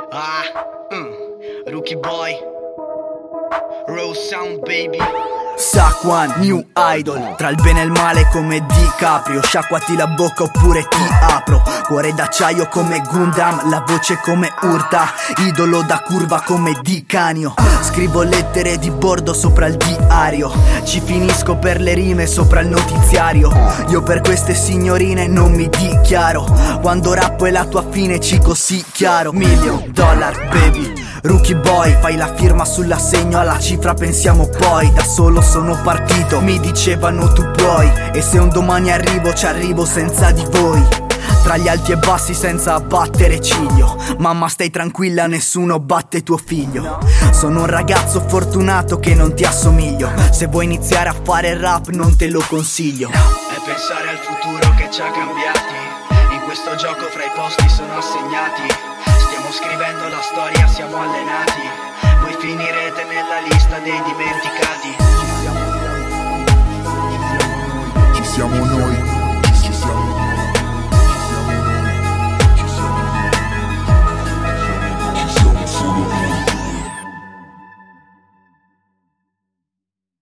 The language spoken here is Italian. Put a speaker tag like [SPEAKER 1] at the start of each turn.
[SPEAKER 1] Rookie Boy, Rose Sound Baby.
[SPEAKER 2] Sac One, New Idol. Tra il bene e il male come DiCaprio. Sciacquati la bocca oppure ti apro. Cuore d'acciaio come Gundam, la voce come Urta. Idolo da curva come Di Canio. Scrivo lettere di bordo sopra il diario. Ci finisco per le rime sopra il notiziario. Io per queste signorine non mi dichiaro. Quando rappo è la tua fine, cico, sì chiaro. $1 million, baby. Rookie Boy, fai la firma sull'assegno, alla cifra pensiamo poi. Da solo sono partito, mi dicevano tu puoi. E se un domani arrivo, ci arrivo senza di voi. Tra gli alti e bassi senza abbattere ciglio. Mamma stai tranquilla, nessuno batte tuo figlio. Sono un ragazzo fortunato che non ti assomiglio. Se vuoi iniziare a fare rap non te lo consiglio.
[SPEAKER 1] E pensare al futuro che ci ha cambiati. In questo gioco fra i posti sono assegnati. Stiamo scrivendo la storia, siamo allenati. Voi finirete nella lista dei dimenticati.
[SPEAKER 3] Ci siamo noi.